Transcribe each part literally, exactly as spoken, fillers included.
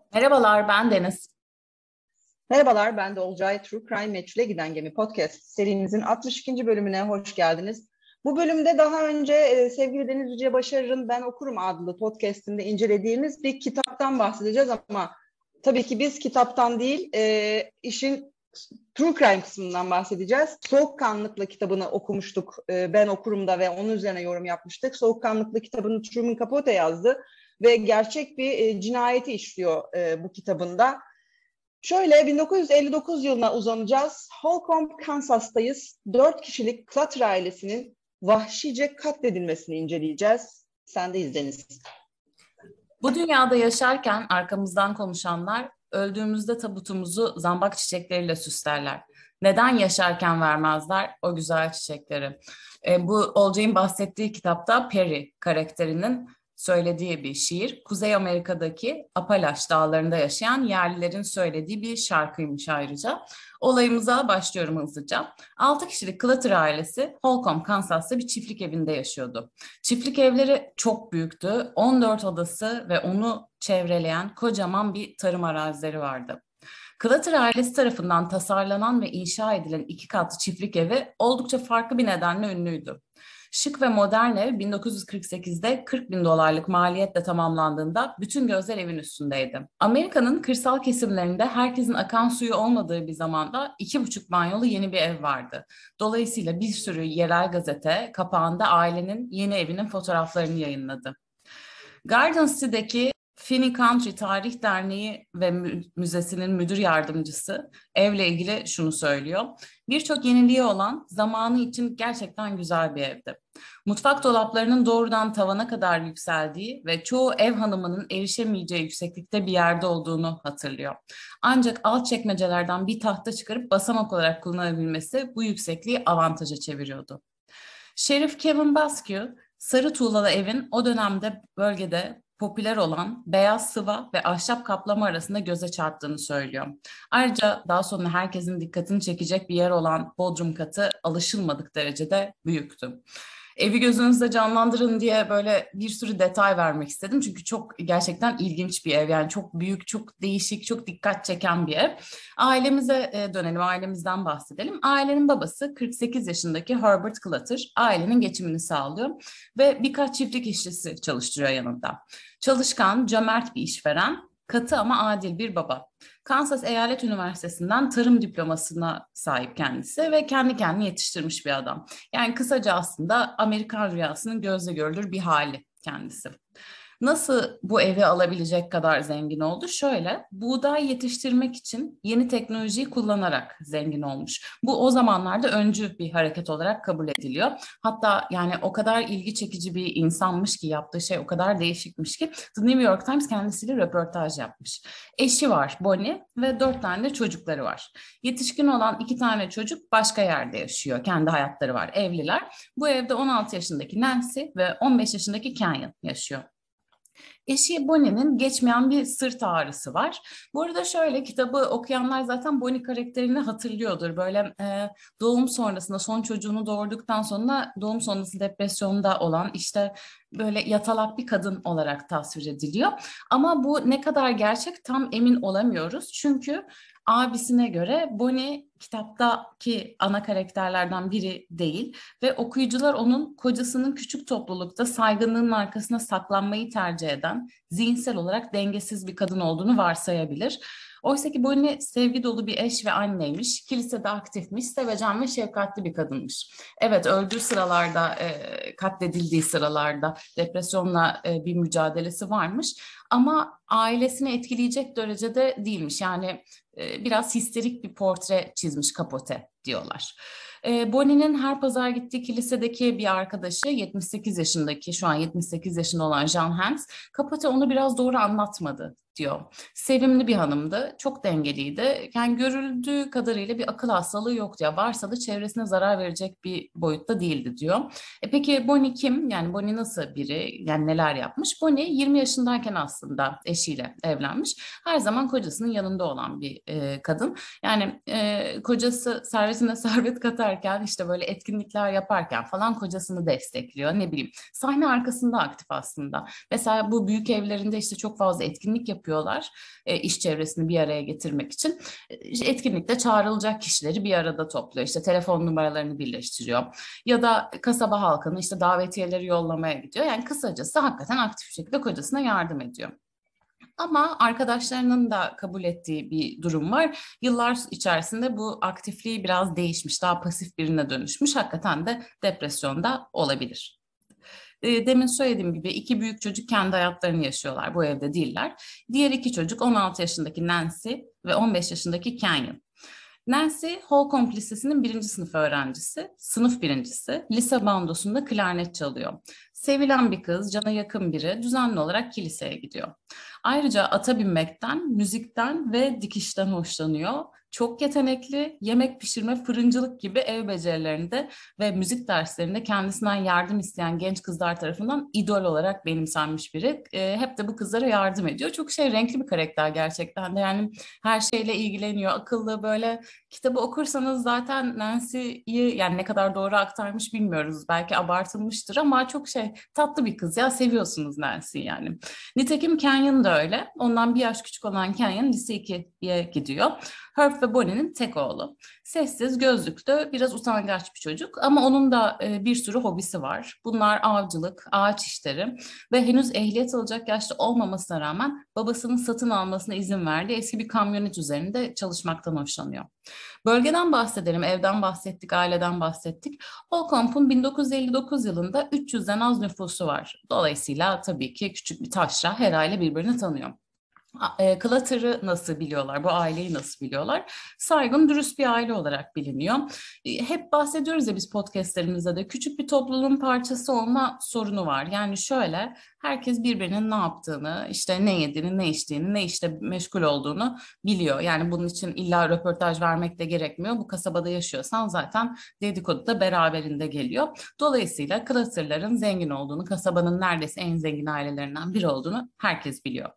Merhabalar, ben Deniz. Merhabalar, ben de Olcay. True Crime Meçhule Giden Gemi Podcast serimizin altmış ikinci bölümüne hoş geldiniz. Bu bölümde daha önce e, sevgili Deniz Yüce Başarır'ın Ben Okurum adlı podcastinde incelediğimiz bir kitaptan bahsedeceğiz ama tabii ki biz kitaptan değil, e, işin True Crime kısmından bahsedeceğiz. Soğukkanlıklı kitabını okumuştuk e, Ben Okurum'da ve onun üzerine yorum yapmıştık. Soğukkanlıklı kitabını Truman Capote yazdı ve gerçek bir e, cinayeti işliyor e, bu kitabında. Şöyle bin dokuz yüz elli dokuz yılına uzanacağız. Holcomb, Kansas'tayız. Dört kişilik Clutter ailesinin vahşice katledilmesini inceleyeceğiz. Sen de izleniz. Bu dünyada yaşarken arkamızdan konuşanlar öldüğümüzde tabutumuzu zambak çiçekleriyle süslerler. Neden yaşarken vermezler o güzel çiçekleri? E, bu Olcay'ın bahsettiği kitapta Perry karakterinin söylediği bir şiir. Kuzey Amerika'daki Apalaş dağlarında yaşayan yerlilerin söylediği bir şarkıymış ayrıca. Olayımıza başlıyorum hızlıca. Altı kişilik Clutter ailesi Holcomb, Kansas'ta bir çiftlik evinde yaşıyordu. Çiftlik evleri çok büyüktü. on dört odası ve onu çevreleyen kocaman bir tarım arazileri vardı. Clutter ailesi tarafından tasarlanan ve inşa edilen iki katlı çiftlik evi oldukça farklı bir nedenle ünlüydü. Şık ve modern ev bin dokuz yüz kırk sekizde kırk bin dolarlık maliyetle tamamlandığında bütün gözler evin üstündeydi. Amerika'nın kırsal kesimlerinde herkesin akan suyu olmadığı bir zamanda iki buçuk banyolu yeni bir ev vardı. Dolayısıyla bir sürü yerel gazete kapağında ailenin yeni evinin fotoğraflarını yayınladı. Garden City'deki Finney Country Tarih Derneği ve Müzesi'nin müdür yardımcısı evle ilgili şunu söylüyor. Birçok yeniliği olan, zamanı için gerçekten güzel bir evdi. Mutfak dolaplarının doğrudan tavana kadar yükseldiği ve çoğu ev hanımının erişemeyeceği yükseklikte bir yerde olduğunu hatırlıyor. Ancak alt çekmecelerden bir tahta çıkarıp basamak olarak kullanabilmesi bu yüksekliği avantaja çeviriyordu. Şerif Kevin Basque, sarı tuğlalı evin o dönemde bölgede popüler olan beyaz sıva ve ahşap kaplama arasında göze çarptığını söylüyor. Ayrıca daha sonra herkesin dikkatini çekecek bir yer olan bodrum katı alışılmadık derecede büyüktü. Evi gözünüzde canlandırın diye böyle bir sürü detay vermek istedim. Çünkü çok gerçekten ilginç bir ev. Yani çok büyük, çok değişik, çok dikkat çeken bir ev. Ailemize dönelim, ailemizden bahsedelim. Ailenin babası kırk sekiz yaşındaki Herbert Clutter ailenin geçimini sağlıyor ve birkaç çiftlik işçisi çalıştırıyor yanında. Çalışkan, cömert bir işveren, katı ama adil bir baba. Kansas Eyalet Üniversitesi'nden tarım diplomasına sahip kendisi ve kendi kendini yetiştirmiş bir adam. Yani kısaca aslında Amerikan rüyasının gözle görülür bir hali kendisi. Nasıl bu evi alabilecek kadar zengin oldu? Şöyle, buğday yetiştirmek için yeni teknolojiyi kullanarak zengin olmuş. Bu o zamanlarda öncü bir hareket olarak kabul ediliyor. Hatta yani o kadar ilgi çekici bir insanmış ki yaptığı şey o kadar değişikmiş ki The New York Times kendisiyle röportaj yapmış. Eşi var Bonnie ve dört tane de çocukları var. Yetişkin olan iki tane çocuk başka yerde yaşıyor. Kendi hayatları var, evliler. Bu evde on altı yaşındaki Nancy ve on beş yaşındaki Kenyon yaşıyor. Eşi Bonnie'nin geçmeyen bir sırt ağrısı var. Bu arada şöyle kitabı okuyanlar zaten Bonnie karakterini hatırlıyordur. Böyle e, doğum sonrasında son çocuğunu doğurduktan sonra doğum sonrası depresyonda olan işte böyle yatalak bir kadın olarak tasvir ediliyor. Ama bu ne kadar gerçek tam emin olamıyoruz. Çünkü abisine göre Bonnie kitaptaki ana karakterlerden biri değil ve okuyucular onun kocasının küçük toplulukta saygınlığının arkasına saklanmayı tercih eden, zihinsel olarak dengesiz bir kadın olduğunu varsayabilir. Oysa ki Bonnie sevgi dolu bir eş ve anneymiş, kilisede aktifmiş, sevecen ve şefkatli bir kadınmış. Evet, öldüğü sıralarda, e, katledildiği sıralarda depresyonla e, bir mücadelesi varmış ama ailesini etkileyecek derecede değilmiş. Yani e, biraz histerik bir portre çizmiş Capote diyorlar. E, Bonnie'nin her pazar gittiği kilisedeki bir arkadaşı yetmiş sekiz yaşındaki, şu an yetmiş sekiz yaşında olan Jean Hans, Capote onu biraz doğru anlatmadı diyor. Sevimli bir hanımdı, çok dengeliydi. Yani görüldüğü kadarıyla bir akıl hastalığı yoktu ya. Varsa da çevresine zarar verecek bir boyutta değildi diyor. E peki Bonnie kim? Yani Bonnie nasıl biri? Yani neler yapmış? Bonnie yirmi yaşındayken aslında eşiyle evlenmiş. Her zaman kocasının yanında olan bir e, kadın. Yani e, kocası servetine servet katarken işte böyle etkinlikler yaparken falan kocasını destekliyor. Ne bileyim sahne arkasında aktif aslında. Mesela bu büyük evlerinde işte çok fazla etkinlik yapıyor yapıyorlar. E, iş çevresini bir araya getirmek için. E, etkinlikte çağrılacak kişileri bir arada topluyor. İşte telefon numaralarını birleştiriyor. Ya da kasaba halkının işte davetiyeleri yollamaya gidiyor. Yani kısacası hakikaten aktif bir şekilde kocasına yardım ediyor. Ama arkadaşlarının da kabul ettiği bir durum var. Yıllar içerisinde bu aktifliği biraz değişmiş, daha pasif birine dönüşmüş. Hakikaten de depresyonda olabilir. Demin söylediğim gibi iki büyük çocuk kendi hayatlarını yaşıyorlar. Bu evde değiller. Diğer iki çocuk on altı yaşındaki Nancy ve on beş yaşındaki Kenyon. Nancy, Holcomb Lisesi'nin birinci sınıf öğrencisi, sınıf birincisi, lise bandosunda klarnet çalıyor. Sevilen bir kız, cana yakın biri, düzenli olarak kiliseye gidiyor. Ayrıca ata binmekten, müzikten ve dikişten hoşlanıyor. Çok yetenekli, yemek pişirme, fırıncılık gibi ev becerilerinde ve müzik derslerinde kendisinden yardım isteyen genç kızlar tarafından idol olarak benimsenmiş biri. E, hep de bu kızlara yardım ediyor. Çok şey renkli bir karakter gerçekten de. Yani her şeyle ilgileniyor, akıllı böyle. Kitabı okursanız zaten Nancy'yi yani ne kadar doğru aktarmış bilmiyoruz. Belki abartılmıştır ama çok şey tatlı bir kız ya, seviyorsunuz Nancy'yi yani. Nitekim Kenyon da öyle. Ondan bir yaş küçük olan Kenyon lise ikiye gidiyor. Herb ve Bonnie'nin tek oğlu. Sessiz, gözlüklü, biraz utangaç bir çocuk ama onun da e, bir sürü hobisi var. Bunlar avcılık, ağaç işleri ve henüz ehliyet alacak yaşta olmamasına rağmen babasının satın almasına izin verdiği eski bir kamyonet üzerinde çalışmaktan hoşlanıyor. Bölgeden bahsedelim, evden bahsettik, aileden bahsettik. Holcomb'un bin dokuz yüz elli dokuz yılında üç yüzden az nüfusu var. Dolayısıyla tabii ki küçük bir taşra her aile birbirini tanıyor. E, Clutter'ı nasıl biliyorlar, bu aileyi nasıl biliyorlar? Saygın, dürüst bir aile olarak biliniyor. E, hep bahsediyoruz ya biz podcastlerimizde de küçük bir topluluğun parçası olma sorunu var. Yani şöyle, herkes birbirinin ne yaptığını, işte ne yediğini, ne içtiğini, ne işte meşgul olduğunu biliyor. Yani bunun için illa röportaj vermek de gerekmiyor. Bu kasabada yaşıyorsan zaten dedikodu da beraberinde geliyor. Dolayısıyla Clutter'ların zengin olduğunu, kasabanın neredeyse en zengin ailelerinden biri olduğunu herkes biliyor.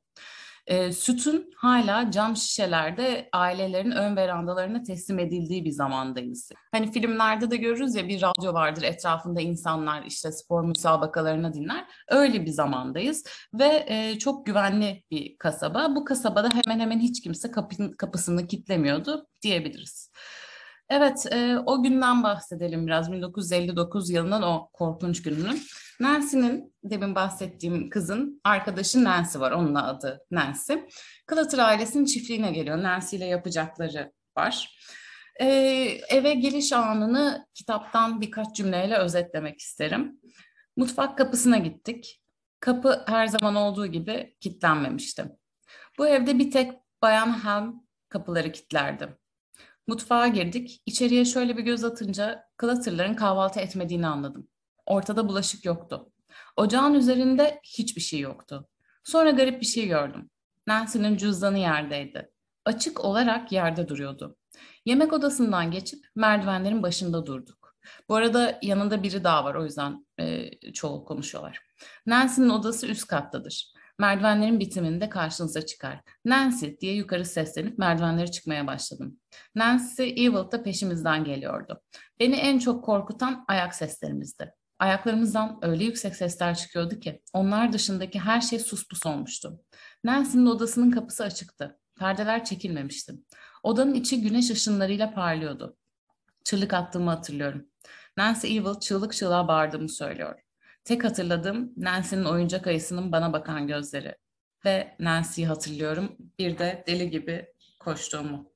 E, sütün hala cam şişelerde ailelerin ön verandalarına teslim edildiği bir zamandayız. Hani filmlerde de görürüz ya, bir radyo vardır etrafında insanlar işte spor müsabakalarını dinler. Öyle bir zamandayız ve e, çok güvenli bir kasaba. Bu kasabada hemen hemen hiç kimse kapı, kapısını kilitlemiyordu diyebiliriz. Evet, e, o günden bahsedelim biraz. bin dokuz yüz elli dokuz yılının o korkunç gününün. Nancy'nin, demin bahsettiğim kızın arkadaşı Nancy var. Onun adı Nancy. Clutter ailesinin çiftliğine geliyor. Nancy ile yapacakları var. Ee, eve geliş anını kitaptan birkaç cümleyle özetlemek isterim. Mutfak kapısına gittik. Kapı her zaman olduğu gibi kilitlenmemişti. Bu evde bir tek Bayan Helm kapıları kilitlerdi. Mutfağa girdik. İçeriye şöyle bir göz atınca Clutter'ların kahvaltı etmediğini anladım. Ortada bulaşık yoktu. Ocağın üzerinde hiçbir şey yoktu. Sonra garip bir şey gördüm. Nancy'nin cüzdanı yerdeydi. Açık olarak yerde duruyordu. Yemek odasından geçip merdivenlerin başında durduk. Bu arada yanında biri daha var, o yüzden e, çoğul konuşuyorlar. Nancy'nin odası üst kattadır. Merdivenlerin bitiminde karşınıza çıkar. Nancy diye yukarı seslenip merdivenleri çıkmaya başladım. Nancy Ewald da peşimizden geliyordu. Beni en çok korkutan ayak seslerimizdi. Ayaklarımızdan öyle yüksek sesler çıkıyordu ki onlar dışındaki her şey suspus olmuştu. Nancy'nin odasının kapısı açıktı. Perdeler çekilmemişti. Odanın içi güneş ışınlarıyla parlıyordu. Çığlık attığımı hatırlıyorum. Nancy Ewald çığlık çığlığa bağırdığımı söylüyor. Tek hatırladığım Nancy'nin oyuncak ayısının bana bakan gözleri. Ve Nancy'yi hatırlıyorum. Bir de deli gibi koştuğumu.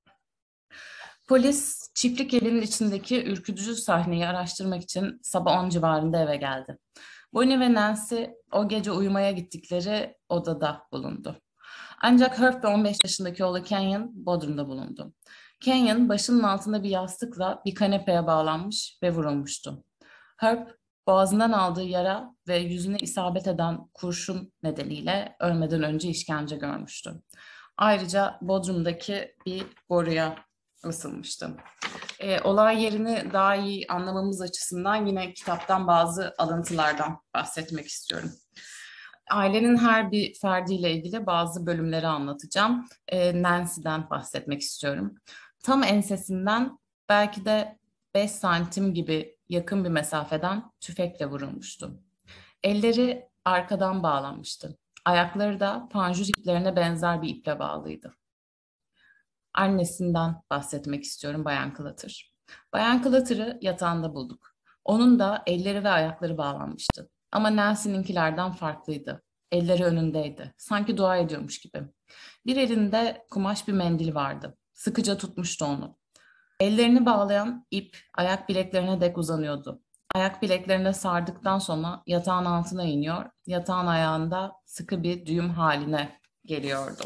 Polis çiftlik evinin içindeki ürkütücü sahneyi araştırmak için sabah on civarında eve geldi. Bonnie ve Nancy o gece uyumaya gittikleri odada bulundu. Ancak Herb ve on beş yaşındaki oğlu Kenyon Bodrum'da bulundu. Kenyon başının altında bir yastıkla bir kanepeye bağlanmış ve vurulmuştu. Herb boğazından aldığı yara ve yüzüne isabet eden kurşun nedeniyle ölmeden önce işkence görmüştü. Ayrıca Bodrum'daki bir boruya asılmıştı. E, olay yerini daha iyi anlamamız açısından yine kitaptan bazı alıntılardan bahsetmek istiyorum. Ailenin her bir ferdiyle ilgili bazı bölümleri anlatacağım. E, Nancy'den bahsetmek istiyorum. Tam ensesinden belki de beş santim gibi yakın bir mesafeden tüfekle vurulmuştu. Elleri arkadan bağlanmıştı. Ayakları da panjur iplerine benzer bir iple bağlıydı. Annesinden bahsetmek istiyorum Bayan Clutter. Bayan Clutter'ı yatağında bulduk. Onun da elleri ve ayakları bağlanmıştı. Ama Nancy'ninkilerden farklıydı. Elleri önündeydi. Sanki dua ediyormuş gibi. Bir elinde kumaş bir mendil vardı. Sıkıca tutmuştu onu. Ellerini bağlayan ip ayak bileklerine dek uzanıyordu. Ayak bileklerine sardıktan sonra yatağın altına iniyor, yatağın ayağında sıkı bir düğüm haline geliyordu.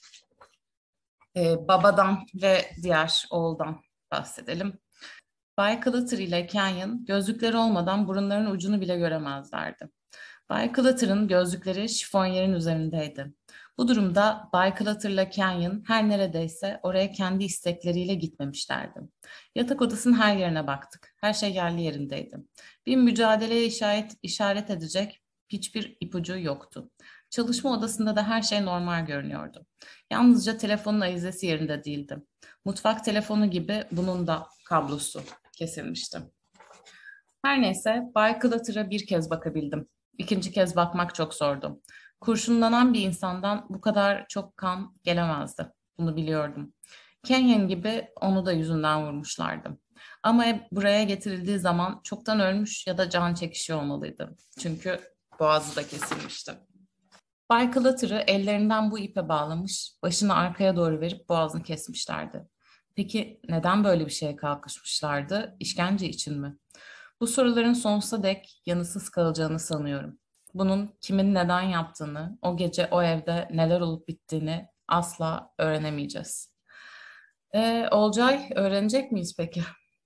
Ee, babadan ve diğer oğuldan bahsedelim. Bay Clutter ile Kenyon gözlükleri olmadan burunlarının ucunu bile göremezlerdi. Bay Clutter'ın gözlükleri şifonyerin üzerindeydi. Bu durumda Bay Clutter ile Kenyon her neredeyse oraya kendi istekleriyle gitmemişlerdi. Yatak odasının her yerine baktık. Her şey yerli yerindeydi. Bir mücadeleye işaret, işaret edecek hiçbir ipucu yoktu. Çalışma odasında da her şey normal görünüyordu. Yalnızca telefonun ayızesi yerinde değildi. Mutfak telefonu gibi bunun da kablosu kesilmişti. Her neyse Bay Clutter'a bir kez bakabildim. İkinci kez bakmak çok zordu. Kurşunlanan bir insandan bu kadar çok kan gelemezdi. Bunu biliyordum. Kenyon gibi onu da yüzünden vurmuşlardı. Ama buraya getirildiği zaman çoktan ölmüş ya da can çekişiyor olmalıydı. Çünkü boğazı da kesilmişti. Bay Clutter'ı ellerinden bu ipe bağlamış, başını arkaya doğru verip boğazını kesmişlerdi. Peki neden böyle bir şeye kalkışmışlardı? İşkence için mi? Bu soruların sonsuza dek yanıtsız kalacağını sanıyorum. Bunun kimin neden yaptığını, o gece o evde neler olup bittiğini asla öğrenemeyeceğiz. Ee, Olcay, öğrenecek miyiz peki?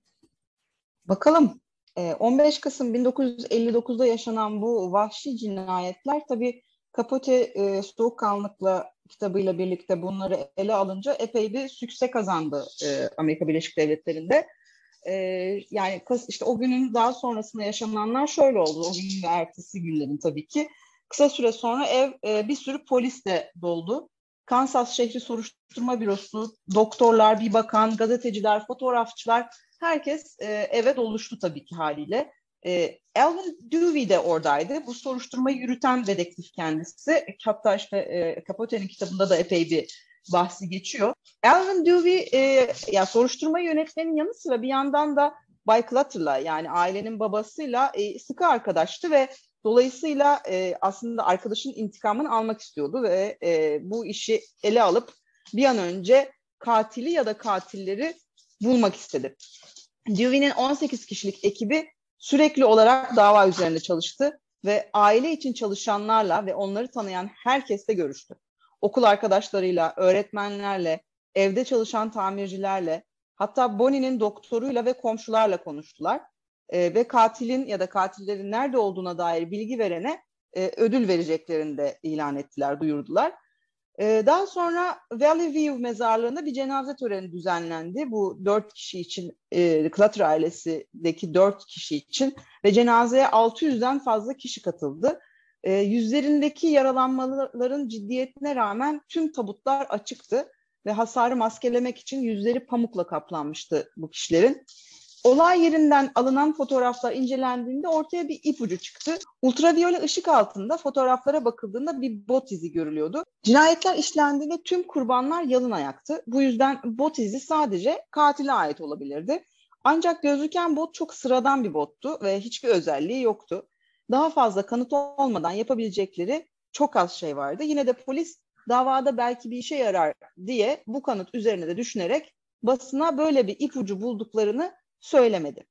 Bakalım. on beş Kasım bin dokuz yüz elli dokuzda yaşanan bu vahşi cinayetler tabii Capote e, Soğukkanlılıkla kitabıyla birlikte bunları ele alınca epey bir sükse kazandı e, Amerika Birleşik Devletleri'nde. E, yani işte o günün daha sonrasında yaşananlar şöyle oldu. O günün ve ertesi günlerin tabii ki. Kısa süre sonra ev e, bir sürü polis de doldu. Kansas şehri soruşturma bürosu, doktorlar, bir bakan, gazeteciler, fotoğrafçılar, herkes e, eve doluştu tabii ki haliyle. E, Alvin Dewey de oradaydı. Bu soruşturmayı yürüten dedektif kendisi. Hatta işte e, Capote'nin kitabında da epey bir bahsi geçiyor. Alvin Dewey e, ya soruşturma yönetmenin yanı sıra bir yandan da Bay Clutter'la, yani ailenin babasıyla e, sıkı arkadaştı ve dolayısıyla e, aslında arkadaşın intikamını almak istiyordu ve e, bu işi ele alıp bir an önce katili ya da katilleri bulmak istedi. Dewey'nin on sekiz kişilik ekibi sürekli olarak dava üzerinde çalıştı ve aile için çalışanlarla ve onları tanıyan herkesle görüştü. Okul arkadaşlarıyla, öğretmenlerle, evde çalışan tamircilerle, hatta Bonnie'nin doktoruyla ve komşularla konuştular. E, ve katilin ya da katillerin nerede olduğuna dair bilgi verene e, ödül vereceklerini de ilan ettiler, duyurdular. E, daha sonra Valley View mezarlığında bir cenaze töreni düzenlendi. Bu dört kişi için, e, Clutter ailesindeki dört kişi için ve cenazeye altı yüzden fazla kişi katıldı. E, yüzlerindeki yaralanmaların ciddiyetine rağmen tüm tabutlar açıktı ve hasarı maskelemek için yüzleri pamukla kaplanmıştı bu kişilerin. Olay yerinden alınan fotoğraflar incelendiğinde ortaya bir ipucu çıktı. Ultraviyole ışık altında fotoğraflara bakıldığında bir bot izi görülüyordu. Cinayetler işlendiğinde tüm kurbanlar yalın ayaktı. Bu yüzden bot izi sadece katile ait olabilirdi. Ancak gözüken bot çok sıradan bir bottu ve hiçbir özelliği yoktu. Daha fazla kanıt olmadan yapabilecekleri çok az şey vardı. Yine de polis davada belki bir işe yarar diye bu kanıt üzerine de düşünerek basına böyle bir ipucu bulduklarını söylemedi.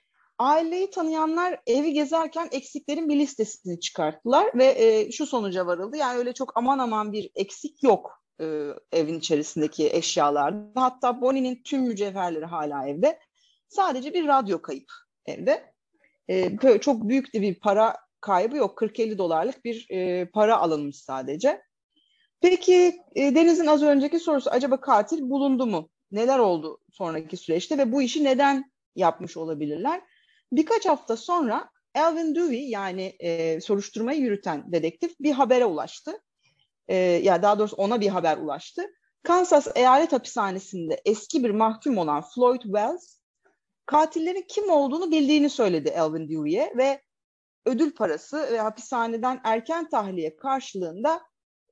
Aileyi tanıyanlar evi gezerken eksiklerin bir listesini çıkarttılar ve e, şu sonuca varıldı. Yani öyle çok aman aman bir eksik yok e, evin içerisindeki eşyalarda. Hatta Bonnie'nin tüm mücevherleri hala evde. Sadece bir radyo kayıp evde. E, böyle çok büyük de bir para kaybı yok. kırk elli dolarlık bir e, para alınmış sadece. Peki e, Deniz'in az önceki sorusu, acaba katil bulundu mu? Neler oldu sonraki süreçte ve bu işi neden yapmış olabilirler? Birkaç hafta sonra Alvin Dewey, yani e, soruşturmayı yürüten dedektif, bir habere ulaştı. E, ya daha doğrusu ona bir haber ulaştı. Kansas Eyalet Hapishanesi'nde eski bir mahkum olan Floyd Wells, katillerin kim olduğunu bildiğini söyledi Alvin Dewey'e ve ödül parası ve hapishaneden erken tahliye karşılığında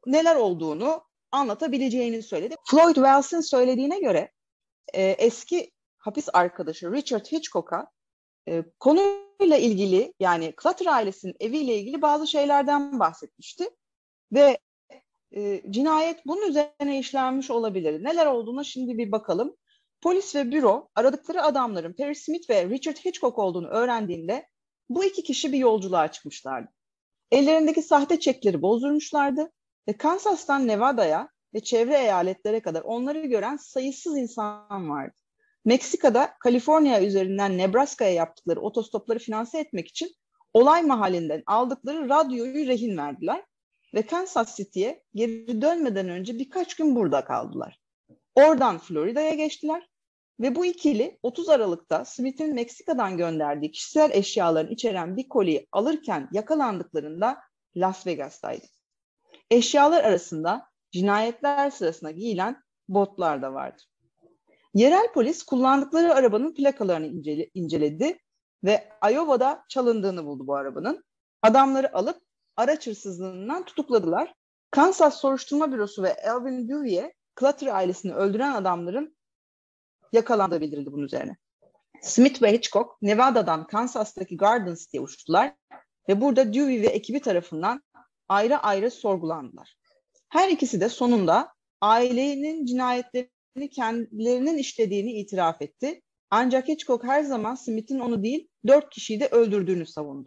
neler olduğunu anlatabileceğini söyledi. Floyd Wells'in söylediğine göre e, eski hapis arkadaşı Richard Hitchcock'a e, konuyla ilgili, yani Clutter ailesinin eviyle ilgili bazı şeylerden bahsetmişti ve e, cinayet bunun üzerine işlenmiş olabilir. Neler olduğuna şimdi bir bakalım. Polis ve büro aradıkları adamların Perry Smith ve Richard Hitchcock olduğunu öğrendiğinde bu iki kişi bir yolculuğa çıkmışlardı. Ellerindeki sahte çekleri bozdurmuşlardı ve Kansas'tan Nevada'ya ve çevre eyaletlere kadar onları gören sayısız insan vardı. Meksika'da Kaliforniya üzerinden Nebraska'ya yaptıkları otostopları finanse etmek için olay mahallinden aldıkları radyoyu rehin verdiler ve Kansas City'ye geri dönmeden önce birkaç gün burada kaldılar. Oradan Florida'ya geçtiler ve bu ikili otuz Aralık'ta Smith'in Meksika'dan gönderdiği kişisel eşyalarını içeren bir koliyi alırken yakalandıklarında Las Vegas'taydı. Eşyalar arasında cinayetler sırasında giyilen botlar da vardı. Yerel polis kullandıkları arabanın plakalarını incele, inceledi ve Iowa'da çalındığını buldu bu arabanın. Adamları alıp araç hırsızlığından tutukladılar. Kansas Soruşturma Bürosu ve Elvin Dewey'e Clutter ailesini öldüren adamların yakalandığı bildirildi bunun üzerine. Smith ve Hitchcock Nevada'dan Kansas'taki Garden City'ye uçtular ve burada Dewey ve ekibi tarafından ayrı ayrı sorgulandılar. Her ikisi de sonunda ailenin cinayetlerini kendilerinin işlediğini itiraf etti. Ancak Hitchcock her zaman Smith'in onu değil, dört kişiyi de öldürdüğünü savundu.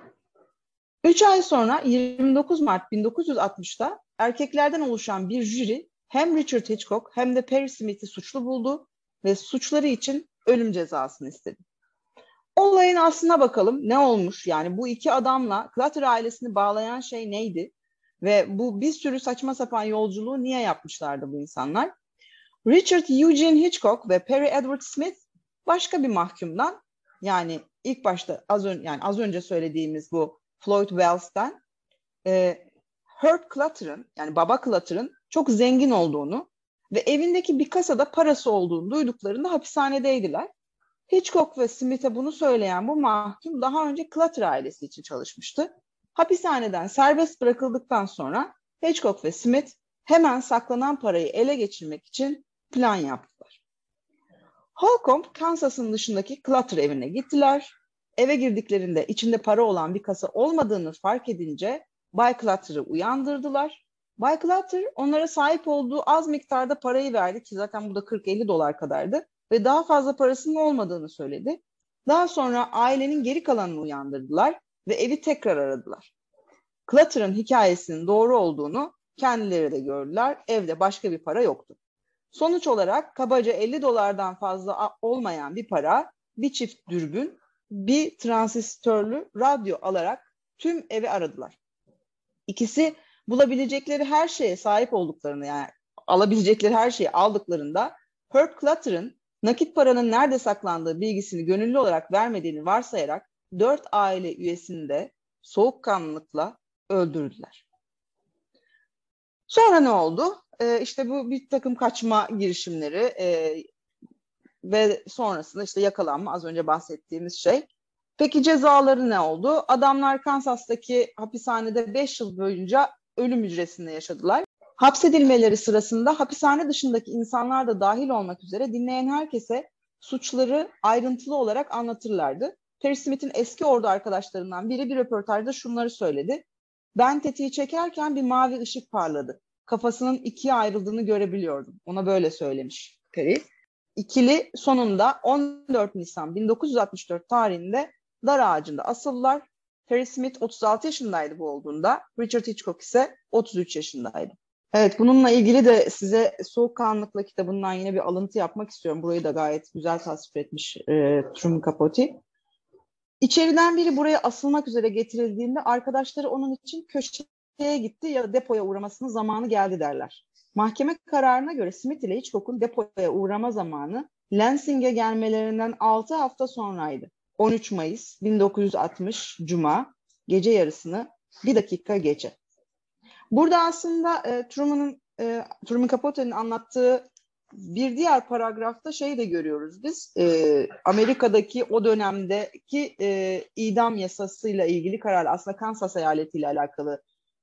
Üç ay sonra yirmi dokuz Mart bin dokuz yüz altmışta erkeklerden oluşan bir jüri hem Richard Hitchcock hem de Perry Smith'i suçlu buldu ve suçları için ölüm cezasını istedi. Olayın aslına bakalım, ne olmuş? Yani bu iki adamla Clutter ailesini bağlayan şey neydi? Ve bu bir sürü saçma sapan yolculuğu niye yapmışlardı bu insanlar? Richard Eugene Hitchcock ve Perry Edward Smith başka bir mahkumdan, yani ilk başta az önce yani az önce söylediğimiz bu Floyd Wells'ten e, Herb Clutter'ın, yani baba Clutter'ın çok zengin olduğunu ve evindeki bir kasada parası olduğunu duyduklarında hapishanedeydiler. Hitchcock ve Smith'e bunu söyleyen bu mahkum daha önce Clutter ailesi için çalışmıştı. Hapishaneden serbest bırakıldıktan sonra Hitchcock ve Smith hemen saklanan parayı ele geçirmek için plan yaptılar. Holcomb, Kansas'ın dışındaki Clutter evine gittiler. Eve girdiklerinde içinde para olan bir kasa olmadığını fark edince Bay Clutter'ı uyandırdılar. Bay Clutter onlara sahip olduğu az miktarda parayı verdi ki zaten bu da kırk elli dolar kadardı ve daha fazla parasının olmadığını söyledi. Daha sonra ailenin geri kalanını uyandırdılar ve evi tekrar aradılar. Clutter'ın hikayesinin doğru olduğunu kendileri de gördüler. Evde başka bir para yoktu. Sonuç olarak kabaca elli dolardan fazla olmayan bir para, bir çift dürbün, bir transistörlü radyo alarak tüm evi aradılar. İkisi bulabilecekleri her şeye sahip olduklarını, yani alabilecekleri her şeyi aldıklarında Herb Clutter'ın nakit paranın nerede saklandığı bilgisini gönüllü olarak vermediğini varsayarak dört aile üyesini de soğukkanlılıkla öldürdüler. Sonra ne oldu? Ee, işte bu bir takım kaçma girişimleri e, ve sonrasında işte yakalanma, az önce bahsettiğimiz şey. Peki cezaları ne oldu? Adamlar Kansas'taki hapishanede beş yıl boyunca ölüm hücresinde yaşadılar. Hapsedilmeleri sırasında hapishane dışındaki insanlar da dahil olmak üzere dinleyen herkese suçları ayrıntılı olarak anlatırlardı. Perry Smith'in eski ordu arkadaşlarından biri bir röportajda şunları söyledi. Ben tetiği çekerken bir mavi ışık parladı. Kafasının ikiye ayrıldığını görebiliyordum. Ona böyle söylemiş Perry. İkili sonunda on dört Nisan bin dokuz yüz altmış dört tarihinde dar ağacında asıldılar. Perry Smith otuz altı yaşındaydı bu olduğunda. Richard Hitchcock ise otuz üç yaşındaydı. Evet, bununla ilgili de size Soğukkanlılıkla kitabından yine bir alıntı yapmak istiyorum. Burayı da gayet güzel tasvir etmiş e, Truman Capote. İçeriden biri buraya asılmak üzere getirildiğinde arkadaşları onun için köşeye gitti ya da depoya uğramasının zamanı geldi derler. Mahkeme kararına göre Smith ile Hitchcock'un depoya uğrama zamanı Lansing'e gelmelerinden altı hafta sonraydı. on üç Mayıs bin dokuz yüz altmış Cuma gece yarısını bir dakika geçe. Burada aslında e, Truman'ın e, Truman Capote'nin anlattığı bir diğer paragrafta şeyi de görüyoruz biz. E, Amerika'daki o dönemdeki e, idam yasasıyla ilgili karar, aslında Kansas eyaletiyle alakalı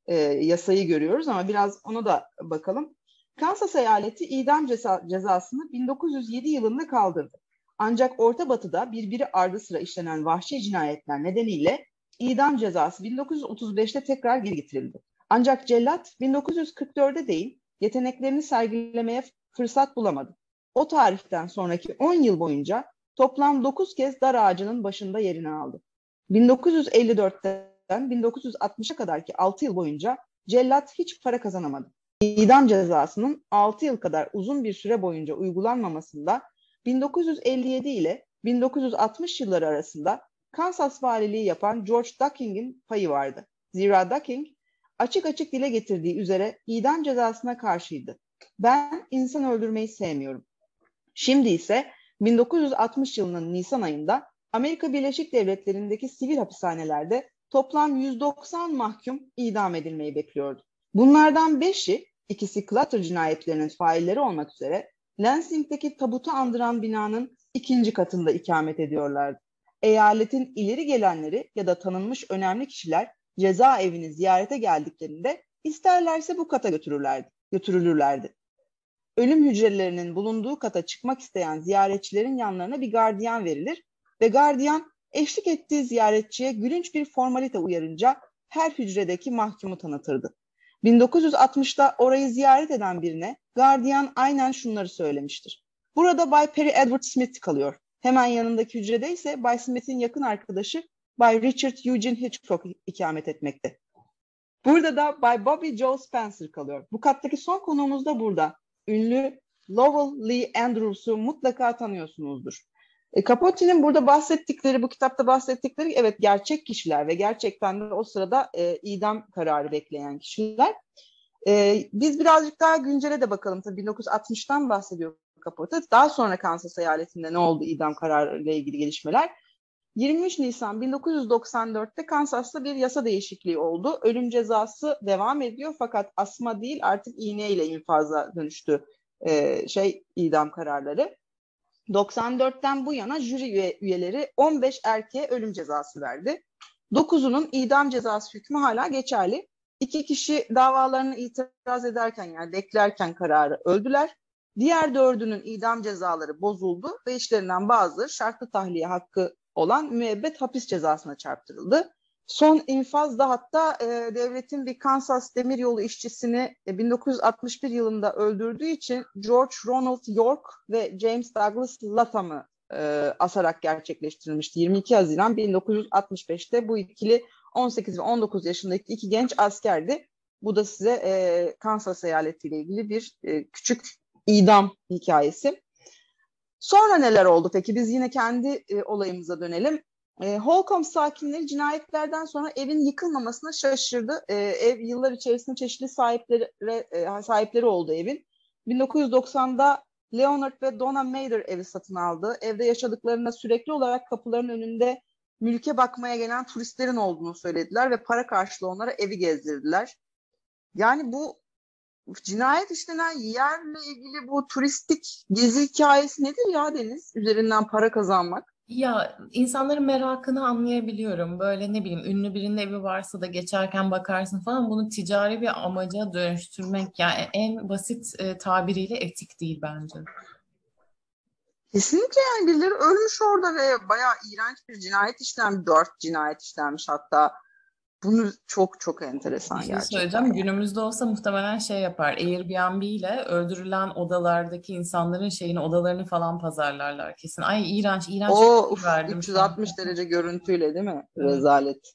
e, yasayı görüyoruz ama biraz ona da bakalım. Kansas eyaleti idam ceza, cezasını bin dokuz yüz yedi yılında kaldırdı. Ancak Orta Batı'da birbiri ardı sıra işlenen vahşi cinayetler nedeniyle idam cezası bin dokuz yüz otuz beşte tekrar geri getirildi. Ancak cellat bin dokuz yüz kırk dörtte değil, yeteneklerini sergilemeye fırsat bulamadı. O tarihten sonraki on yıl boyunca toplam dokuz kez dar ağacının başında yerini aldı. bin dokuz yüz elli dörtten bin dokuz yüz altmışa kadarki altı yıl boyunca cellat hiç para kazanamadı. İdam cezasının altı yıl kadar uzun bir süre boyunca uygulanmamasında bin dokuz yüz elli yedi ile bin dokuz yüz altmış yılları arasında Kansas valiliği yapan George Ducking'in payı vardı. Zira Ducking açık açık dile getirdiği üzere idam cezasına karşıydı. Ben insan öldürmeyi sevmiyorum. Şimdi ise bin dokuz yüz altmış yılının Nisan ayında Amerika Birleşik Devletleri'ndeki sivil hapishanelerde toplam yüz doksan mahkum idam edilmeyi bekliyordu. Bunlardan beşi, ikisi Clutter cinayetlerinin failleri olmak üzere, Lansing'deki tabutu andıran binanın ikinci katında ikamet ediyorlardı. Eyaletin ileri gelenleri ya da tanınmış önemli kişiler cezaevini ziyarete geldiklerinde isterlerse bu kata götürürlerdi, götürülürlerdi. Ölüm hücrelerinin bulunduğu kata çıkmak isteyen ziyaretçilerin yanlarına bir gardiyan verilir ve gardiyan eşlik ettiği ziyaretçiye gülünç bir formalite uyarınca her hücredeki mahkumu tanıtırdı. bin dokuz yüz altmışta orayı ziyaret eden birine gardiyan aynen şunları söylemiştir. Burada Bay Perry Edward Smith kalıyor. Hemen yanındaki hücrede ise Bay Smith'in yakın arkadaşı Bay Richard Eugene Hitchcock ikamet etmekte. Burada da Bay Bobby Joe Spencer kalıyor. Bu kattaki son konuğumuz da burada. Ünlü Lowell Lee Andrews'u mutlaka tanıyorsunuzdur. E, Capote'nin burada bahsettikleri, bu kitapta bahsettikleri evet gerçek kişiler ve gerçekten de o sırada e, idam kararı bekleyen kişiler. E, biz birazcık daha güncele de bakalım. Tabii bin dokuz yüz altmıştan bahsediyor Capote. Daha sonra Kansas eyaletinde ne oldu idam kararı ile ilgili gelişmeler? yirmi üç Nisan bin dokuz yüz doksan dörtte Kansas'ta bir yasa değişikliği oldu. Ölüm cezası devam ediyor fakat asma değil artık iğneyle infaza dönüştü e, şey idam kararları. doksan dörtten bu yana jüri üye, üyeleri on beş erkeğe ölüm cezası verdi. dokuzunun idam cezası hükmü hala geçerli. İki kişi davalarını itiraz ederken yani beklerken kararı öldüler. Diğer dördünün idam cezaları bozuldu ve işlerinden bazıları şartlı tahliye hakkı olan müebbet hapis cezasına çarptırıldı. Son infazda hatta e, devletin bir Kansas demiryolu işçisini e, bin dokuz yüz altmış bir yılında öldürdüğü için George Ronald York ve James Douglas Latham'ı e, asarak gerçekleştirilmişti. yirmi iki Haziran bin dokuz yüz altmış beşte bu ikili on sekiz ve on dokuz yaşındaki iki genç askerdi. Bu da size e, Kansas eyaletiyle ilgili bir e, küçük idam hikayesi. Sonra neler oldu peki? Biz yine kendi e, olayımıza dönelim. E, Holcomb sakinleri cinayetlerden sonra evin yıkılmamasına şaşırdı. E, ev yıllar içerisinde çeşitli sahipleri, e, sahipleri oldu evin. bin dokuz yüz doksanda Leonard ve Donna Mather evi satın aldı. Evde yaşadıklarında sürekli olarak kapıların önünde mülke bakmaya gelen turistlerin olduğunu söylediler ve para karşılığı onlara evi gezdirdiler. Yani bu cinayet işlenen yerle ilgili bu turistik gezi hikayesi nedir ya Deniz? Üzerinden para kazanmak. Ya insanların merakını anlayabiliyorum. Böyle ne bileyim ünlü birinin evi varsa da geçerken bakarsın falan bunu ticari bir amaca dönüştürmek yani en basit e, tabiriyle etik değil bence. Kesinlikle yani birileri ölmüş orada ve bayağı iğrenç bir cinayet işlenmiş. Dört cinayet işlenmiş hatta. Bunu çok çok enteresan Bir şey gerçekten. söyleyeceğim. Yani. Günümüzde olsa muhtemelen şey yapar. Airbnb ile öldürülen odalardaki insanların şeyini, odalarını falan pazarlarlar kesin. Ay iğrenç, iğrenç O bir uf, şey verdim üç yüz şu an. altmış derece görüntüyle değil mi? Evet. Rezalet.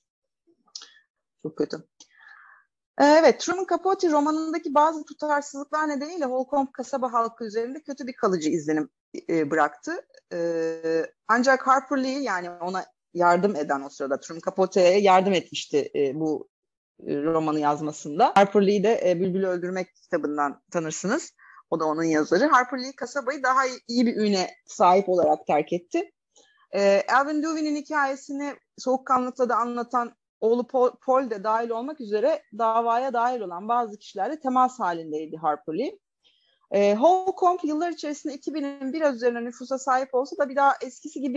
Çok kötü. Evet, Truman Capote romanındaki bazı tutarsızlıklar nedeniyle Holcomb kasaba halkı üzerinde kötü bir kalıcı izlenim e, bıraktı. E, ancak Harper Lee yani ona yardım eden o sırada Truman Capote'ye yardım etmişti e, bu e, romanı yazmasında. Harper Lee de e, Bülbül'ü Öldürmek kitabından tanırsınız. O da onun yazarı. Harper Lee kasabayı daha iyi bir üne sahip olarak terk etti. E, Alvin Dewey'nin hikayesini soğukkanlılıkla da anlatan oğlu Paul, Paul de dahil olmak üzere davaya dahil olan bazı kişilerle temas halindeydi Harper Lee. E, Holcomb yıllar içerisinde iki binin biraz üzerine nüfusa sahip olsa da bir daha eskisi gibi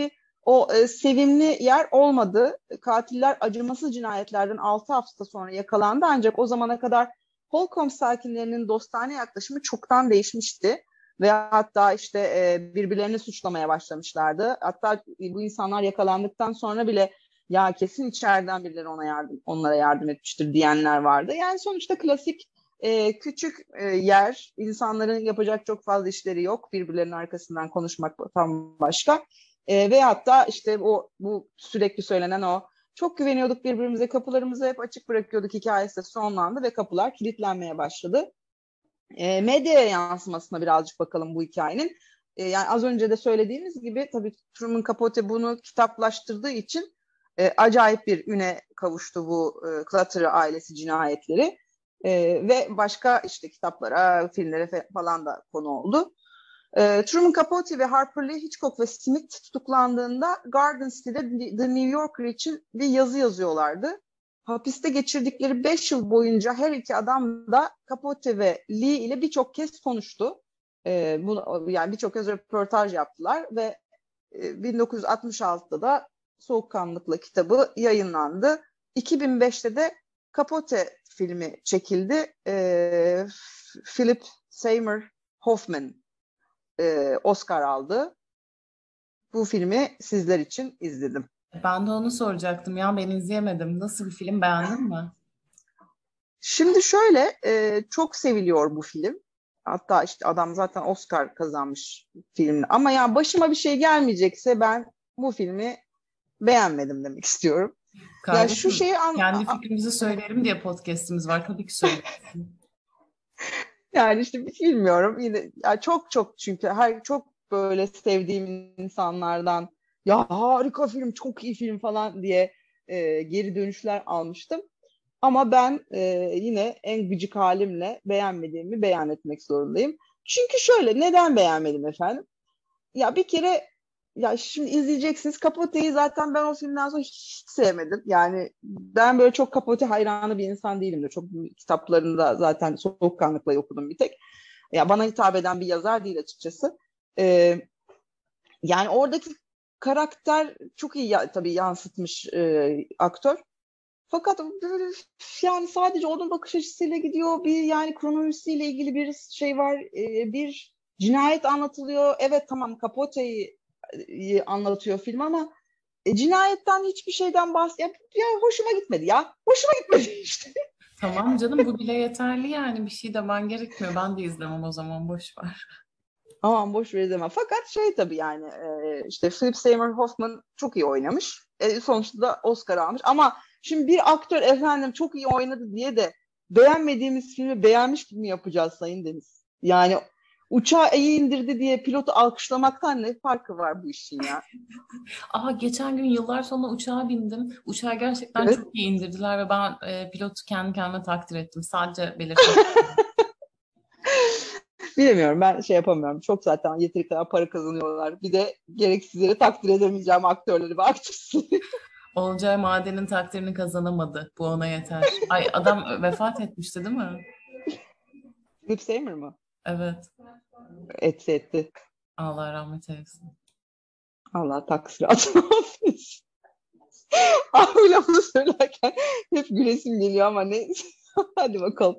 o e, sevimli yer olmadı. Katiller acımasız cinayetlerden altı hafta sonra yakalandı ancak o zamana kadar Holcomb sakinlerinin dostane yaklaşımı çoktan değişmişti. Ve hatta işte e, birbirlerini suçlamaya başlamışlardı. Hatta bu insanlar yakalandıktan sonra bile ya kesin içeriden birileri ona yardım, onlara yardım etmiştir diyenler vardı. Yani sonuçta klasik e, küçük e, yer, insanların yapacak çok fazla işleri yok. Birbirlerinin arkasından konuşmak tam başka. E, ve hatta işte o bu sürekli söylenen o çok güveniyorduk birbirimize, kapılarımızı hep açık bırakıyorduk hikayesi de sonlandı ve kapılar kilitlenmeye başladı. E, medyaya yansımasına birazcık bakalım bu hikayenin. E, yani az önce de söylediğimiz gibi tabii Truman Capote bunu kitaplaştırdığı için e, acayip bir üne kavuştu bu e, Clutter ailesi cinayetleri. E, ve başka işte kitaplara, filmlere falan da konu oldu. E, Truman Capote ve Harper Lee Hitchcock ve Smith tutuklandığında Garden City'de The New Yorker için bir yazı yazıyorlardı. Hapiste geçirdikleri beş yıl boyunca her iki adam da Capote ve Lee ile birçok kez konuştu. E, bu, yani birçok kez röportaj yaptılar ve e, bin dokuz yüz altmış altıda da Soğukkanlılıkla kitabı yayınlandı. iki bin beşte de Capote filmi çekildi. E, Philip Seymour Hoffman e, Oscar aldı. Bu filmi sizler için izledim. Ben de onu soracaktım ya, ben izleyemedim. Nasıl bir film, beğendin mi? Şimdi şöyle e, çok seviliyor bu film. Hatta işte adam zaten Oscar kazanmış filmle. Ama ya başıma bir şey gelmeyecekse ben bu filmi beğenmedim demek istiyorum. Ya şu Kardeşim, şeyi an kendi fikrimizi söyleyelim diye podcast'imiz var. Tabii ki söyleyelim. yani işte bilmiyorum yine ya çok çok çünkü her çok böyle sevdiğim insanlardan ya harika film, çok iyi film falan diye e, geri dönüşler almıştım. Ama ben e, yine en gıcık halimle beğenmediğimi beyan etmek zorundayım. Çünkü şöyle, neden beğenmedim efendim? Ya bir kere ya şimdi izleyeceksiniz. Capote'yi zaten ben o filmden sonra hiç sevmedim. Yani ben böyle çok Capote hayranı bir insan değilimdir. Çok kitaplarında zaten soğukkanlıkla okudum bir tek. Ya bana hitap eden bir yazar değil açıkçası. Ee, yani oradaki karakter çok iyi ya, tabii yansıtmış e, aktör. Fakat böyle yani sadece onun bakış açısıyla gidiyor. Bir yani kronolojisiyle ilgili bir şey var. E, bir cinayet anlatılıyor. Evet tamam Capote'yi e, anlatıyor film ama e, cinayetten hiçbir şeyden bahs ya, ya hoşuma gitmedi ya. Hoşuma gitmedi işte. Tamam canım, bu bile yeterli yani. Bir şey demen gerekmiyor. Ben de izlemem o zaman, boş ver. Aman boş ver izlemem. Fakat şey tabii yani e, işte Philip Seymour Hoffman çok iyi oynamış. E, sonuçta da Oscar almış. Ama şimdi bir aktör efendim çok iyi oynadı diye de beğenmediğimiz filmi beğenmiş gibi mi yapacağız Sayın Deniz? Yani uçağı iyi indirdi diye pilotu alkışlamaktan ne farkı var bu işin ya? Aa, geçen gün yıllar sonra uçağa bindim. Uçağı gerçekten Evet. çok iyi indirdiler ve ben e, pilotu kendi kendime takdir ettim. Sadece belirtmek. Bilemiyorum, ben şey yapamıyorum. Çok zaten yeteri kadar para kazanıyorlar. Bir de gereksizleri takdir edemeyeceğim aktörleri ve aktrisleri. Olcay Maden'in takdirini kazanamadı. Bu ona yeter. Ay, adam vefat etmişti değil mi? Philip Seymour mu? Evet. Etti etti. Allah rahmet eylesin. Allah taksir atmasın. Abi lafı söylerken hep gülesim geliyor ama neyse. Hadi bakalım.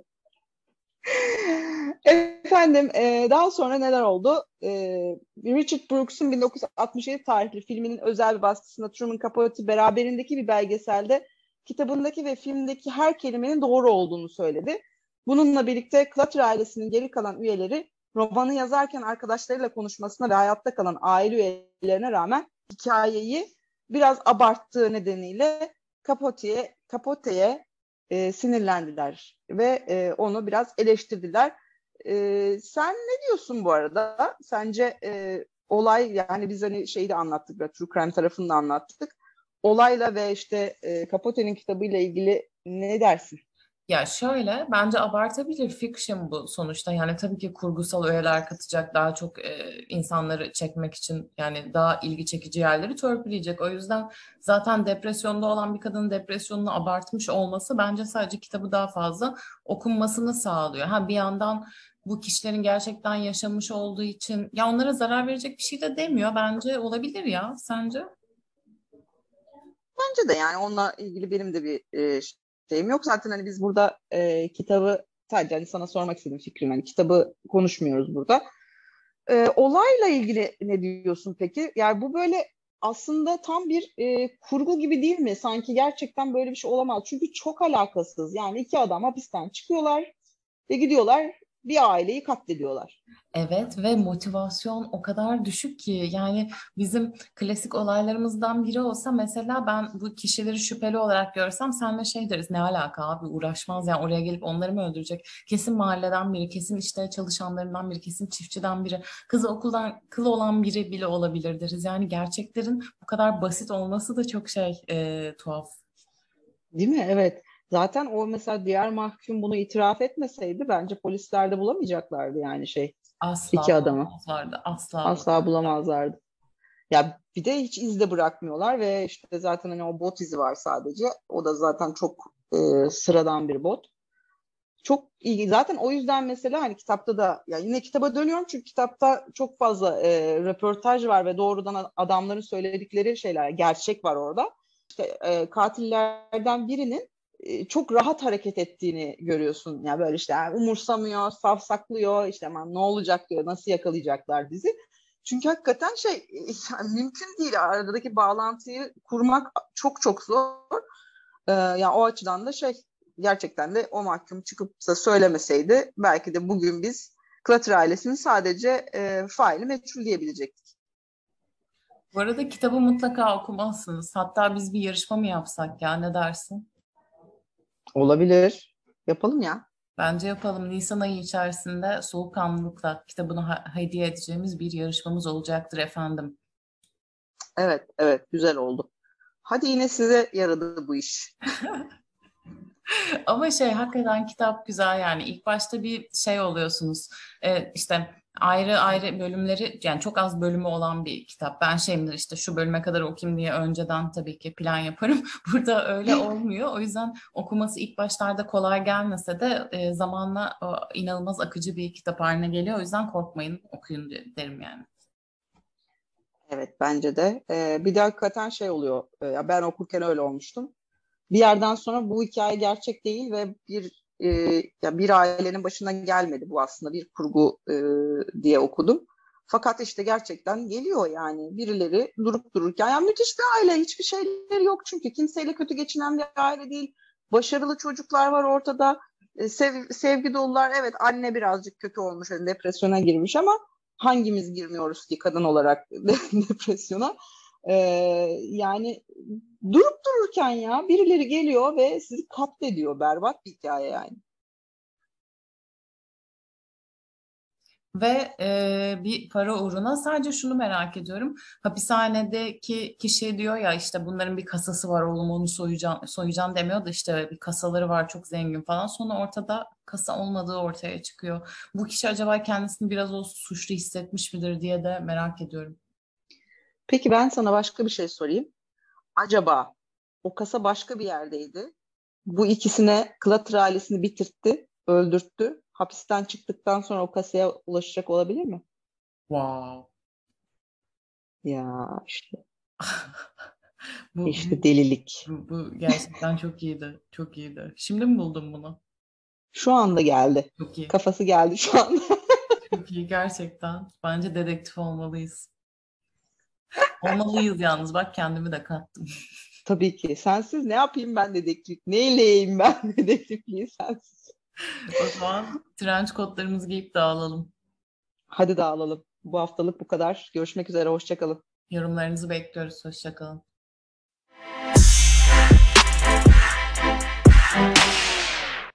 Efendim e, daha sonra neler oldu? E, Richard Brooks'un bin dokuz yüz altmış yedi tarihli filminin özel bir baskısında Truman Capote beraberindeki bir belgeselde kitabındaki ve filmdeki her kelimenin doğru olduğunu söyledi. Bununla birlikte Clutter ailesinin geri kalan üyeleri romanı yazarken arkadaşlarıyla konuşmasına ve hayatta kalan aile üyelerine rağmen hikayeyi biraz abarttığı nedeniyle Capote'ye Capote'ye e, sinirlendiler ve e, onu biraz eleştirdiler. E, sen ne diyorsun bu arada? Sence e, olay, yani biz hani şeyi de anlattık, biraz True Crime tarafını da anlattık. Olayla ve işte e, Capote'nin kitabıyla ilgili ne dersin? Ya şöyle, bence abartabilir, fiction bu sonuçta. Yani tabii ki kurgusal öğeler katacak, daha çok e, insanları çekmek için, yani daha ilgi çekici yerleri törpüleyecek. O yüzden zaten depresyonda olan bir kadının depresyonunu abartmış olması bence sadece kitabı daha fazla okunmasını sağlıyor. Ha, bir yandan bu kişilerin gerçekten yaşamış olduğu için ya onlara zarar verecek bir şey de demiyor. Bence olabilir ya, sence? Bence de yani onunla ilgili benim de bir e, şeyim yok. Zaten hani biz burada e, kitabı sadece hani sana sormak istedim fikrim. Hani kitabı konuşmuyoruz burada. E, olayla ilgili ne diyorsun peki? Yani bu böyle aslında tam bir e, kurgu gibi değil mi? Sanki gerçekten böyle bir şey olamaz. Çünkü çok alakasız. Yani iki adam hapisten çıkıyorlar ve gidiyorlar bir aileyi katlediyorlar. Evet ve motivasyon o kadar düşük ki yani bizim klasik olaylarımızdan biri olsa mesela ben bu kişileri şüpheli olarak görsem senle şey deriz ne alaka abi uğraşmaz yani oraya gelip onları mı öldürecek? Kesin mahalleden biri, kesin işte çalışanlarından biri, kesin çiftçiden biri, kızı okuldan kılı olan biri bile olabilir deriz. Yani gerçeklerin bu kadar basit olması da çok şey e, tuhaf. Değil mi? Evet. Zaten o mesela diğer mahkum bunu itiraf etmeseydi bence polisler de bulamayacaklardı yani şey Asla iki adamı. bulamazlardı, asla Asla bulamazlardı. bulamazlardı. Ya bir de hiç iz de bırakmıyorlar ve işte zaten hani o bot izi var sadece. O da zaten çok e, sıradan bir bot. Çok iyi. Zaten o yüzden mesela hani kitapta da ya yine kitaba dönüyorum çünkü kitapta çok fazla e, röportaj var ve doğrudan adamların söyledikleri şeyler, gerçek var orada. İşte e, katillerden birinin e, çok rahat hareket ettiğini görüyorsun. Yani böyle işte yani umursamıyor, savsaklıyor, işte aman ne olacak diyor, nasıl yakalayacaklar bizi. Çünkü hakikaten şey yani mümkün değil aradaki bağlantıyı kurmak çok çok zor. Ee, yani o açıdan da şey gerçekten de o mahkum çıkıp da söylemeseydi belki de bugün biz Clutter ailesini sadece e, faili meçhul diyebilecektik. Bu arada kitabı mutlaka okumazsınız. Hatta biz bir yarışma mı yapsak ya ne dersin? Olabilir. Yapalım ya. Bence yapalım. Nisan ayı içerisinde soğukkanlılıkla kitabını ha- hediye edeceğimiz bir yarışmamız olacaktır efendim. Evet, evet güzel oldu. Hadi yine size yaradı bu iş. Ama şey hakikaten kitap güzel yani. İlk başta bir şey oluyorsunuz. Ee, işte ayrı ayrı bölümleri yani çok az bölümü olan bir kitap. Ben şeyimdir işte şu bölüme kadar okuyayım diye önceden tabii ki plan yaparım. Burada öyle olmuyor. O yüzden okuması ilk başlarda kolay gelmese de e, zamanla o, inanılmaz akıcı bir kitap haline geliyor. O yüzden korkmayın okuyun derim yani. Evet bence de. Ee, bir de hakikaten şey oluyor. Ee, ya ben okurken öyle olmuştum. Bir yerden sonra bu hikaye gerçek değil ve bir e, ya bir ailenin başına gelmedi bu aslında bir kurgu e, diye okudum. Fakat işte gerçekten geliyor yani birileri durup dururken yani müthiş bir aile hiçbir şeyleri yok çünkü kimseyle kötü geçinen bir aile değil. Başarılı çocuklar var ortada. E, sev, sevgi dolular. Evet anne birazcık kötü olmuş hani depresyona girmiş ama hangimiz girmiyoruz ki kadın olarak depresyona? Ee, yani durup dururken ya birileri geliyor ve sizi katlediyor. Berbat bir hikaye yani. Ve e, bir para uğruna sadece şunu merak ediyorum. Hapishanedeki kişi diyor ya işte bunların bir kasası var oğlum onu soyacağım, soyacağım demiyor da işte bir kasaları var çok zengin falan. Sonra ortada kasa olmadığı ortaya çıkıyor. Bu kişi acaba kendisini biraz olsun suçlu hissetmiş midir diye de merak ediyorum. Peki ben sana başka bir şey sorayım. Acaba o kasa başka bir yerdeydi. Bu ikisine Clutter ailesini bitirtti, öldürttü. Hapisten çıktıktan sonra o kasaya ulaşacak olabilir mi? Wow. Ya işte, Bu, işte delilik. bu, bu gerçekten çok iyiydi. Çok iyiydi. Şimdi mi buldun bunu? Şu anda geldi. Çok iyi. Kafası geldi şu anda. Çok iyi gerçekten. Bence dedektif olmalıyız. Olmalıyız yalnız. Bak kendimi de kattım. Tabii ki. Sensiz ne yapayım ben dedektif? Neyleyeyim ben dedektifliği sensiz? O zaman trenç kodlarımızı giyip dağılalım. Hadi dağılalım. Bu haftalık bu kadar. Görüşmek üzere. Hoşça kalın. Yorumlarınızı bekliyoruz. Hoşça kalın.